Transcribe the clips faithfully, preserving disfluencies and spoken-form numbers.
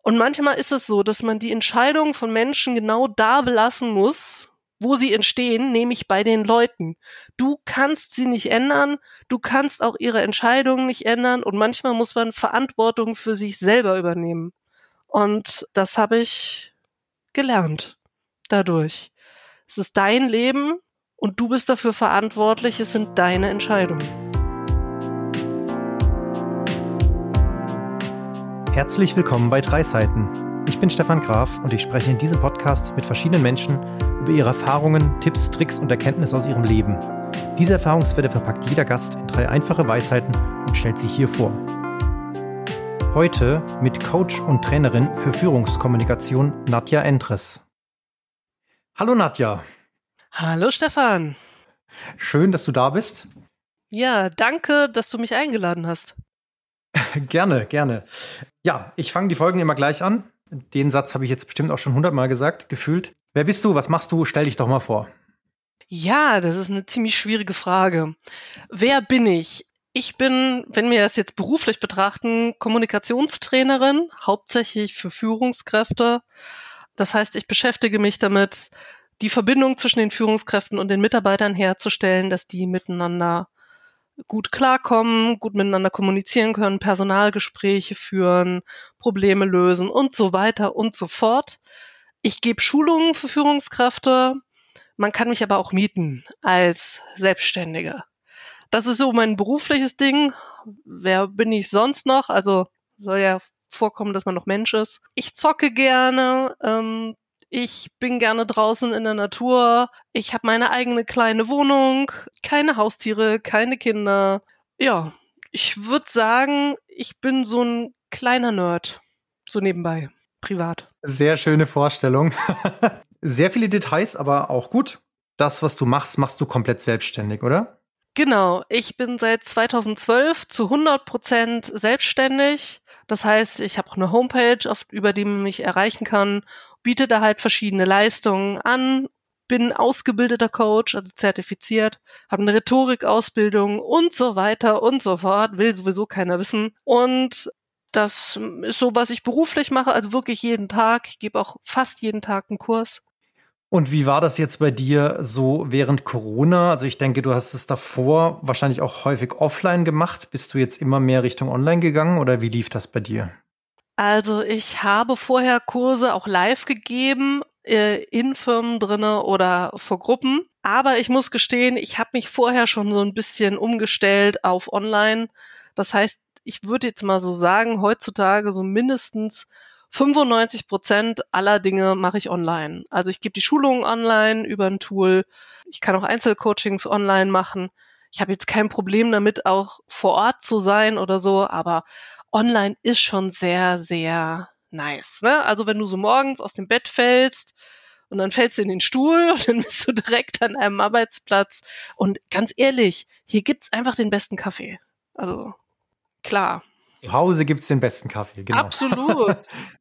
Und manchmal ist es so, dass man die Entscheidungen von Menschen genau da belassen muss, wo sie entstehen, nämlich bei den Leuten. Du kannst sie nicht ändern, du kannst auch ihre Entscheidungen nicht ändern und manchmal muss man Verantwortung für sich selber übernehmen. Und das habe ich gelernt dadurch. Es ist dein Leben und du bist dafür verantwortlich, es sind deine Entscheidungen. Herzlich willkommen bei Drei Seiten. Ich bin Stefan Graf und ich spreche in diesem Podcast mit verschiedenen Menschen über ihre Erfahrungen, Tipps, Tricks und Erkenntnisse aus ihrem Leben. Diese Erfahrungswerte verpackt jeder Gast in drei einfache Weisheiten und stellt sie hier vor. Heute mit Coach und Trainerin für Führungskommunikation Nadja Endres. Hallo Nadja. Hallo Stefan. Schön, dass du da bist. Ja, danke, dass du mich eingeladen hast. Gerne, gerne. Ja, ich fange die Folgen immer gleich an. Den Satz habe ich jetzt bestimmt auch schon hundertmal gesagt, gefühlt. Wer bist du? Was machst du? Stell dich doch mal vor. Ja, das ist eine ziemlich schwierige Frage. Wer bin ich? Ich bin, wenn wir das jetzt beruflich betrachten, Kommunikationstrainerin, hauptsächlich für Führungskräfte. Das heißt, ich beschäftige mich damit, die Verbindung zwischen den Führungskräften und den Mitarbeitern herzustellen, dass die miteinander gut klarkommen, gut miteinander kommunizieren können, Personalgespräche führen, Probleme lösen und so weiter und so fort. Ich gebe Schulungen für Führungskräfte. Man kann mich aber auch mieten als Selbstständige. Das ist so mein berufliches Ding. Wer bin ich sonst noch? Also soll ja vorkommen, dass man noch Mensch ist. Ich zocke gerne. Ähm, Ich bin gerne draußen in der Natur. Ich habe meine eigene kleine Wohnung, keine Haustiere, keine Kinder. Ja, ich würde sagen, ich bin so ein kleiner Nerd, so nebenbei, privat. Sehr schöne Vorstellung. Sehr viele Details, aber auch gut. Das, was du machst, machst du komplett selbstständig, oder? Genau, ich bin seit zweitausendzwölf zu hundert Prozent selbstständig. Das heißt, ich habe auch eine Homepage, auf, über die man mich erreichen kann, biete da halt verschiedene Leistungen an, bin ausgebildeter Coach, also zertifiziert, habe eine Rhetorikausbildung und so weiter und so fort, will sowieso keiner wissen. Und das ist so, was ich beruflich mache, also wirklich jeden Tag. Ich gebe auch fast jeden Tag einen Kurs. Und wie war das jetzt bei dir so während Corona? Also ich denke, du hast es davor wahrscheinlich auch häufig offline gemacht. Bist du jetzt immer mehr Richtung online gegangen oder wie lief das bei dir? Also ich habe vorher Kurse auch live gegeben, äh, in Firmen drinne oder vor Gruppen. Aber ich muss gestehen, ich habe mich vorher schon so ein bisschen umgestellt auf online. Das heißt, ich würde jetzt mal so sagen, heutzutage so mindestens fünfundneunzig Prozent aller Dinge mache ich online. Also ich gebe die Schulungen online über ein Tool. Ich kann auch Einzelcoachings online machen. Ich habe jetzt kein Problem damit, auch vor Ort zu sein oder so, aber online ist schon sehr, sehr nice, ne? Also wenn du so morgens aus dem Bett fällst und dann fällst du in den Stuhl und dann bist du direkt an einem Arbeitsplatz. Und ganz ehrlich, hier gibt's einfach den besten Kaffee. Also klar. Zu Hause gibt's den besten Kaffee, genau. Absolut.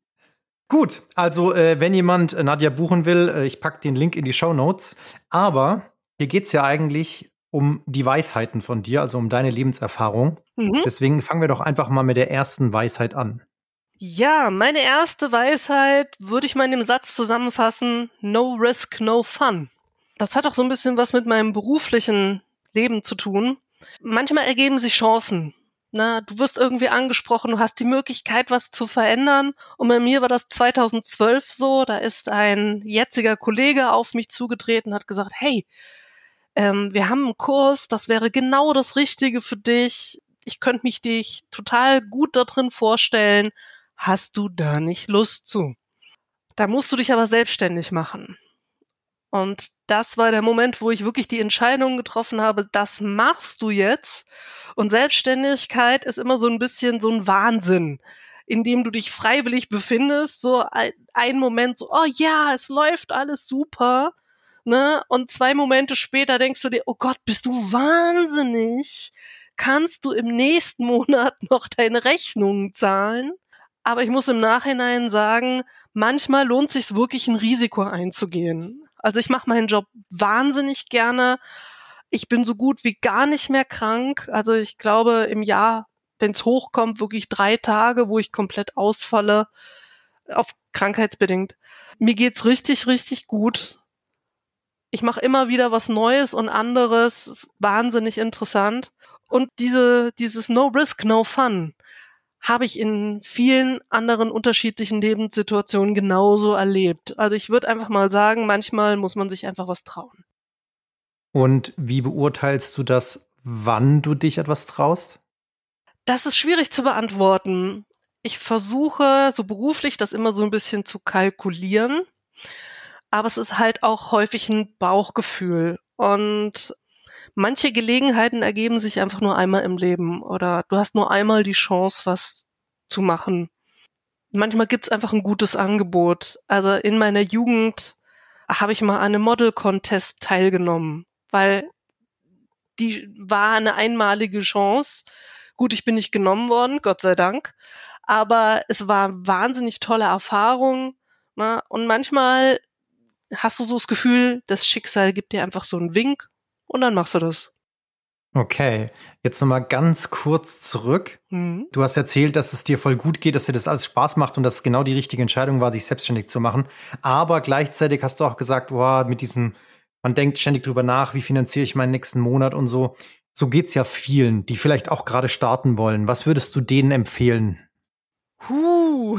Gut, also äh, wenn jemand äh, Nadja buchen will, äh, ich packe den Link in die Shownotes. Aber hier geht's ja eigentlich um die Weisheiten von dir, also um deine Lebenserfahrung. Mhm. Deswegen fangen wir doch einfach mal mit der ersten Weisheit an. Ja, meine erste Weisheit würde ich mal in dem Satz zusammenfassen: No risk, no fun. Das hat auch so ein bisschen was mit meinem beruflichen Leben zu tun. Manchmal ergeben sich Chancen. Na, du wirst irgendwie angesprochen, du hast die Möglichkeit, was zu verändern. Und bei mir war das zweitausendzwölf so, da ist ein jetziger Kollege auf mich zugetreten, hat gesagt, hey, ähm, wir haben einen Kurs, das wäre genau das Richtige für dich. Ich könnte mich dich total gut da drin vorstellen. Hast du da nicht Lust zu? Da musst du dich aber selbstständig machen. Und das war der Moment, wo ich wirklich die Entscheidung getroffen habe, das machst du jetzt. Und Selbstständigkeit ist immer so ein bisschen so ein Wahnsinn, in dem du dich freiwillig befindest. So ein, ein Moment so, oh ja, es läuft alles super. Ne? Und zwei Momente später denkst du dir, oh Gott, bist du wahnsinnig? Kannst du im nächsten Monat noch deine Rechnungen zahlen? Aber ich muss im Nachhinein sagen, manchmal lohnt es sich wirklich, ein Risiko einzugehen. Also ich mache meinen Job wahnsinnig gerne. Ich bin so gut wie gar nicht mehr krank. Also ich glaube im Jahr, wenn es hochkommt, wirklich drei Tage, wo ich komplett ausfalle. auf krankheitsbedingt. Mir geht's richtig, richtig gut. Ich mache immer wieder was Neues und anderes, wahnsinnig interessant. Und diese, dieses No Risk, No Fun habe ich in vielen anderen unterschiedlichen Lebenssituationen genauso erlebt. Also ich würde einfach mal sagen, manchmal muss man sich einfach was trauen. Und wie beurteilst du das, wann du dich etwas traust? Das ist schwierig zu beantworten. Ich versuche, so beruflich, das immer so ein bisschen zu kalkulieren. Aber es ist halt auch häufig ein Bauchgefühl. Und manche Gelegenheiten ergeben sich einfach nur einmal im Leben. Oder du hast nur einmal die Chance, was zu machen. Manchmal gibt's einfach ein gutes Angebot. Also in meiner Jugend habe ich mal an einem Model-Contest teilgenommen, weil die war eine einmalige Chance. Gut, ich bin nicht genommen worden, Gott sei Dank. Aber es war wahnsinnig tolle Erfahrung. Ne? Und manchmal hast du so das Gefühl, das Schicksal gibt dir einfach so einen Wink und dann machst du das. Okay, jetzt nochmal ganz kurz zurück. Mhm. Du hast erzählt, dass es dir voll gut geht, dass dir das alles Spaß macht und dass es genau die richtige Entscheidung war, sich selbstständig zu machen. Aber gleichzeitig hast du auch gesagt, boah, mit diesem, man denkt ständig drüber nach, wie finanziere ich meinen nächsten Monat und so. So geht's ja vielen, die vielleicht auch gerade starten wollen. Was würdest du denen empfehlen? Huh.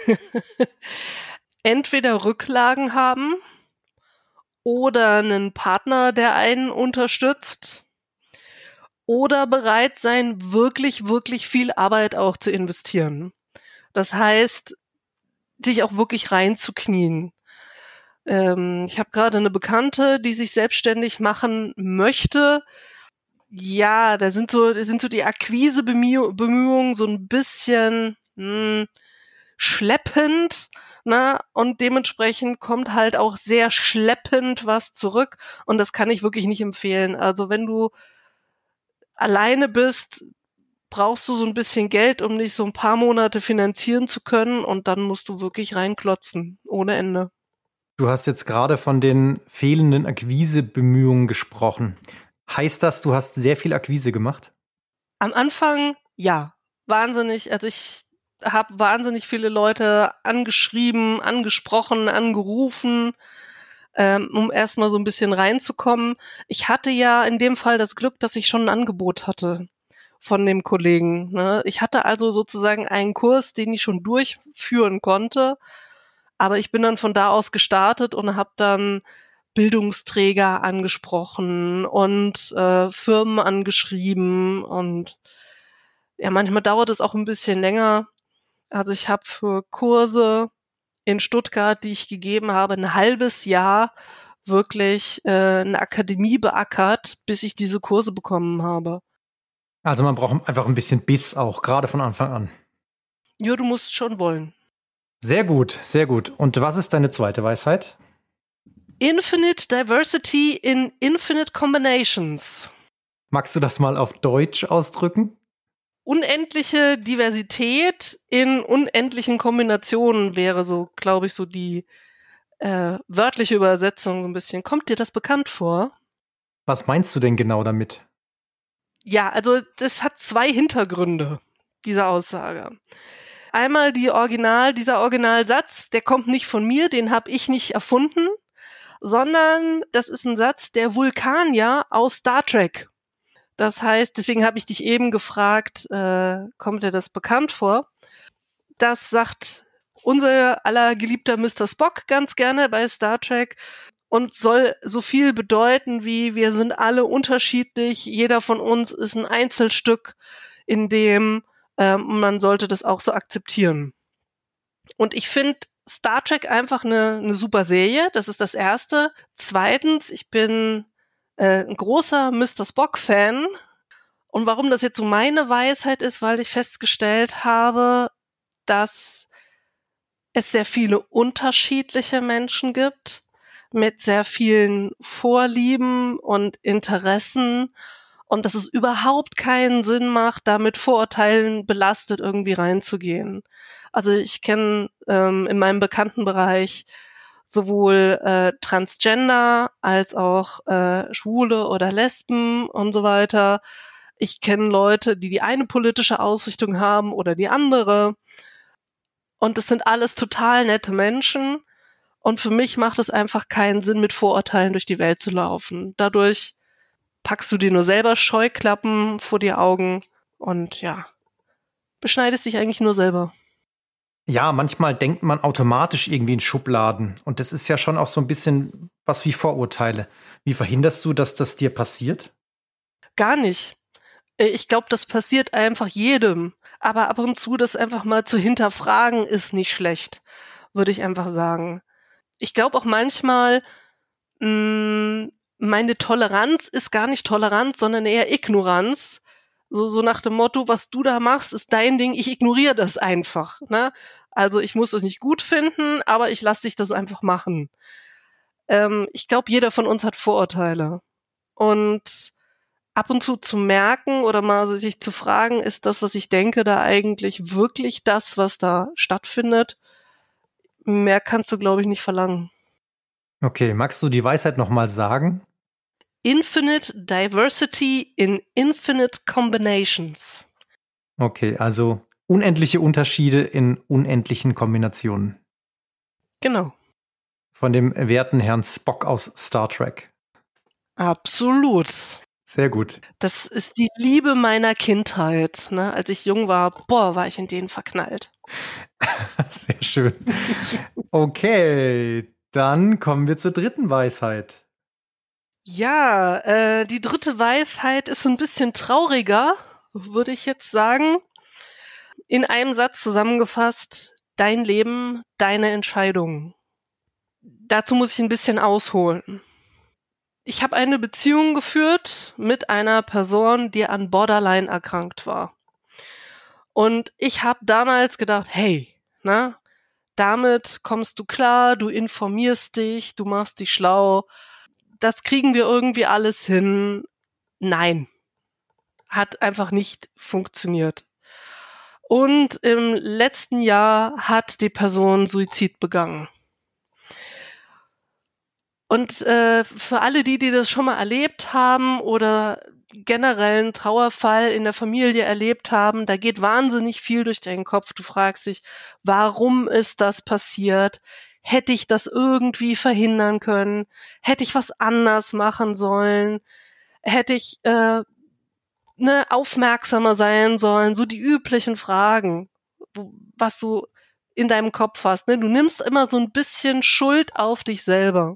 Entweder Rücklagen haben oder einen Partner, der einen unterstützt. Oder bereit sein, wirklich, wirklich viel Arbeit auch zu investieren. Das heißt, sich auch wirklich reinzuknien. Ähm, ich habe gerade eine Bekannte, die sich selbstständig machen möchte. Ja, da sind so, da sind so die Akquisebemühungen so ein bisschen mh, schleppend, ne? Und dementsprechend kommt halt auch sehr schleppend was zurück. Und das kann ich wirklich nicht empfehlen. Also wenn du alleine bist, brauchst du so ein bisschen Geld, um dich so ein paar Monate finanzieren zu können und dann musst du wirklich reinklotzen, ohne Ende. Du hast jetzt gerade von den fehlenden Akquisebemühungen gesprochen. Heißt das, du hast sehr viel Akquise gemacht? Am Anfang, ja, wahnsinnig. Also ich habe wahnsinnig viele Leute angeschrieben, angesprochen, angerufen, ähm, um erstmal so ein bisschen reinzukommen. Ich hatte ja in dem Fall das Glück, dass ich schon ein Angebot hatte von dem Kollegen. Ne? Ich hatte also sozusagen einen Kurs, den ich schon durchführen konnte, aber ich bin dann von da aus gestartet und habe dann Bildungsträger angesprochen und äh, Firmen angeschrieben und ja, manchmal dauert es auch ein bisschen länger. Also ich habe für Kurse in Stuttgart, die ich gegeben habe, ein halbes Jahr wirklich äh, eine Akademie beackert, bis ich diese Kurse bekommen habe. Also man braucht einfach ein bisschen Biss auch, gerade von Anfang an. Ja, du musst schon wollen. Sehr gut, sehr gut. Und was ist deine zweite Weisheit? Infinite Diversity in Infinite Combinations. Magst du das mal auf Deutsch ausdrücken? Unendliche Diversität in unendlichen Kombinationen wäre so, glaube ich, so die äh, wörtliche Übersetzung so ein bisschen. Kommt dir das bekannt vor? Was meinst du denn genau damit? Ja, also das hat zwei Hintergründe, diese Aussage. Einmal die Original, dieser Originalsatz, der kommt nicht von mir, den habe ich nicht erfunden, sondern das ist ein Satz der Vulkanier aus Star Trek. Das heißt, deswegen habe ich dich eben gefragt, äh, kommt dir das bekannt vor? Das sagt unser aller geliebter Mister Spock ganz gerne bei Star Trek und soll so viel bedeuten wie, wir sind alle unterschiedlich, jeder von uns ist ein Einzelstück, in dem ähm, man sollte das auch so akzeptieren. Und ich finde Star Trek einfach eine, eine super Serie, das ist das Erste. Zweitens, ich bin äh, ein großer Mister Spock-Fan. Und warum das jetzt so meine Weisheit ist, weil ich festgestellt habe, dass es sehr viele unterschiedliche Menschen gibt mit sehr vielen Vorlieben und Interessen und dass es überhaupt keinen Sinn macht, da mit Vorurteilen belastet irgendwie reinzugehen. Also ich kenne ähm, in meinem Bekanntenbereich sowohl äh, Transgender als auch äh, Schwule oder Lesben und so weiter. Ich kenne Leute, die die eine politische Ausrichtung haben oder die andere. Und es sind alles total nette Menschen. Und für mich macht es einfach keinen Sinn, mit Vorurteilen durch die Welt zu laufen. Dadurch packst du dir nur selber Scheuklappen vor die Augen und ja, beschneidest dich eigentlich nur selber. Ja, manchmal denkt man automatisch irgendwie in Schubladen. Und das ist ja schon auch so ein bisschen was wie Vorurteile. Wie verhinderst du, dass das dir passiert? Gar nicht. Ich glaube, das passiert einfach jedem. Aber ab und zu das einfach mal zu hinterfragen, ist nicht schlecht, würde ich einfach sagen. Ich glaube auch manchmal, mh, meine Toleranz ist gar nicht Toleranz, sondern eher Ignoranz. So, so nach dem Motto, was du da machst, ist dein Ding, ich ignoriere das einfach. Ne? Also ich muss es nicht gut finden, aber ich lasse dich das einfach machen. Ähm, ich glaube, jeder von uns hat Vorurteile. Und ab und zu zu merken oder mal sich zu fragen, ist das, was ich denke, da eigentlich wirklich das, was da stattfindet? Mehr kannst du, glaube ich, nicht verlangen. Okay, magst du die Weisheit nochmal sagen? Infinite Diversity in Infinite Combinations. Okay, also unendliche Unterschiede in unendlichen Kombinationen. Genau. Von dem werten Herrn Spock aus Star Trek. Absolut. Sehr gut. Das ist die Liebe meiner Kindheit. Ne? Als ich jung war, boah, war ich in den verknallt. Sehr schön. Okay, dann kommen wir zur dritten Weisheit. Ja, äh, die dritte Weisheit ist ein bisschen trauriger, würde ich jetzt sagen. In einem Satz zusammengefasst, dein Leben, deine Entscheidung. Dazu muss ich ein bisschen ausholen. Ich habe eine Beziehung geführt mit einer Person, die an Borderline erkrankt war. Und ich habe damals gedacht, hey, na, damit kommst du klar, du informierst dich, du machst dich schlau, das kriegen wir irgendwie alles hin. Nein, hat einfach nicht funktioniert. Und im letzten Jahr hat die Person Suizid begangen. Und äh, für alle die, die das schon mal erlebt haben oder generell einen Trauerfall in der Familie erlebt haben, da geht wahnsinnig viel durch deinen Kopf. Du fragst dich, warum ist das passiert? Hätte ich das irgendwie verhindern können? Hätte ich was anders machen sollen? Hätte ich äh, ne, aufmerksamer sein sollen? So die üblichen Fragen, wo, was du in deinem Kopf hast. Ne? Du nimmst immer so ein bisschen Schuld auf dich selber.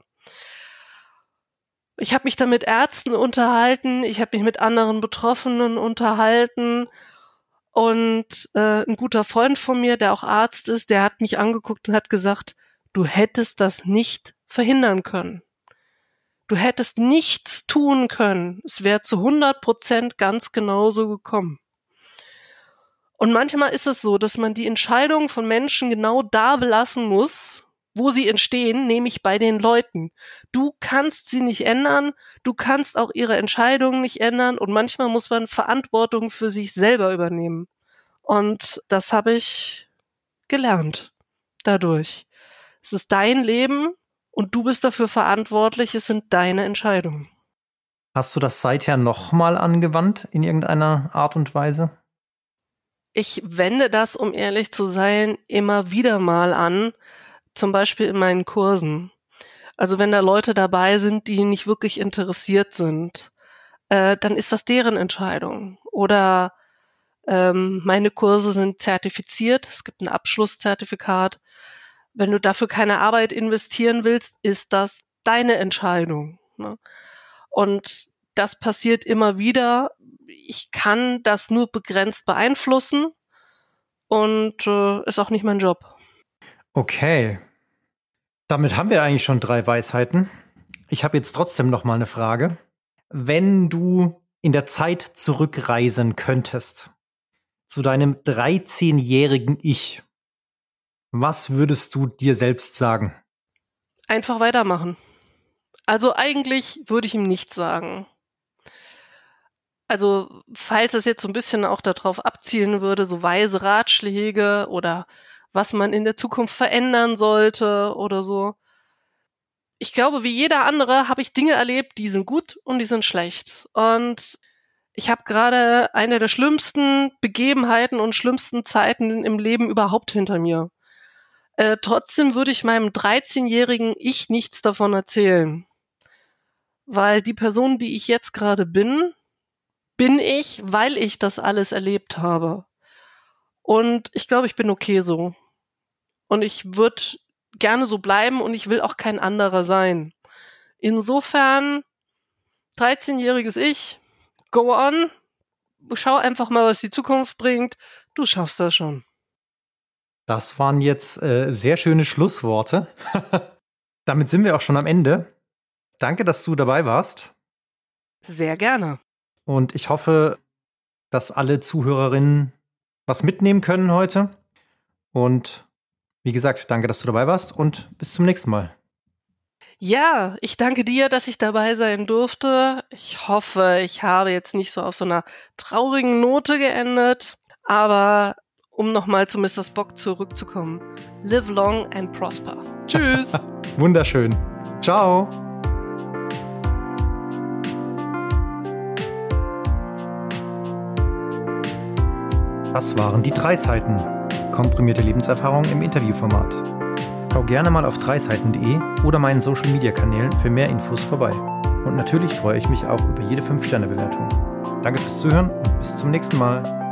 Ich habe mich da mit Ärzten unterhalten, ich habe mich mit anderen Betroffenen unterhalten und äh, ein guter Freund von mir, der auch Arzt ist, der hat mich angeguckt und hat gesagt, du hättest das nicht verhindern können. Du hättest nichts tun können. Es wäre zu hundert Prozent ganz genauso gekommen. Und manchmal ist es so, dass man die Entscheidungen von Menschen genau da belassen muss, wo sie entstehen, nämlich bei den Leuten. Du kannst sie nicht ändern, du kannst auch ihre Entscheidungen nicht ändern und manchmal muss man Verantwortung für sich selber übernehmen. Und das habe ich gelernt dadurch. Es ist dein Leben und du bist dafür verantwortlich, es sind deine Entscheidungen. Hast du das seither nochmal angewandt in irgendeiner Art und Weise? Ich wende das, um ehrlich zu sein, immer wieder mal an, zum Beispiel in meinen Kursen. Also wenn da Leute dabei sind, die nicht wirklich interessiert sind, äh, dann ist das deren Entscheidung. Oder ähm, meine Kurse sind zertifiziert, es gibt ein Abschlusszertifikat. Wenn du dafür keine Arbeit investieren willst, ist das deine Entscheidung. Ne? Und das passiert immer wieder. Ich kann das nur begrenzt beeinflussen und äh, ist auch nicht mein Job. Okay. Damit haben wir eigentlich schon drei Weisheiten. Ich habe jetzt trotzdem noch mal eine Frage. Wenn du in der Zeit zurückreisen könntest, zu deinem dreizehnjährigen Ich, was würdest du dir selbst sagen? Einfach weitermachen. Also eigentlich würde ich ihm nichts sagen. Also falls es jetzt so ein bisschen auch darauf abzielen würde, so weise Ratschläge oder was man in der Zukunft verändern sollte oder so. Ich glaube, wie jeder andere habe ich Dinge erlebt, die sind gut und die sind schlecht. Und ich habe gerade eine der schlimmsten Begebenheiten und schlimmsten Zeiten im Leben überhaupt hinter mir. Äh, trotzdem würde ich meinem dreizehnjährigen Ich nichts davon erzählen. Weil die Person, die ich jetzt gerade bin, bin ich, weil ich das alles erlebt habe. Und ich glaube, ich bin okay so. Und ich würde gerne so bleiben und ich will auch kein anderer sein. Insofern, dreizehnjähriges Ich, go on, schau einfach mal, was die Zukunft bringt. Du schaffst das schon. Das waren jetzt äh, sehr schöne Schlussworte. Damit sind wir auch schon am Ende. Danke, dass du dabei warst. Sehr gerne. Und ich hoffe, dass alle Zuhörerinnen was mitnehmen können heute. Und wie gesagt, danke, dass du dabei warst und bis zum nächsten Mal. Ja, ich danke dir, dass ich dabei sein durfte. Ich hoffe, ich habe jetzt nicht so auf so einer traurigen Note geendet. Aber um nochmal zu Mister Spock zurückzukommen, live long and prosper. Tschüss. Wunderschön. Ciao. Das waren die drei Seiten. Komprimierte Lebenserfahrung im Interviewformat. Schau gerne mal auf drei seiten punkt de oder meinen Social-Media-Kanälen für mehr Infos vorbei. Und natürlich freue ich mich auch über jede fünf Sterne Bewertung. Danke fürs Zuhören und bis zum nächsten Mal.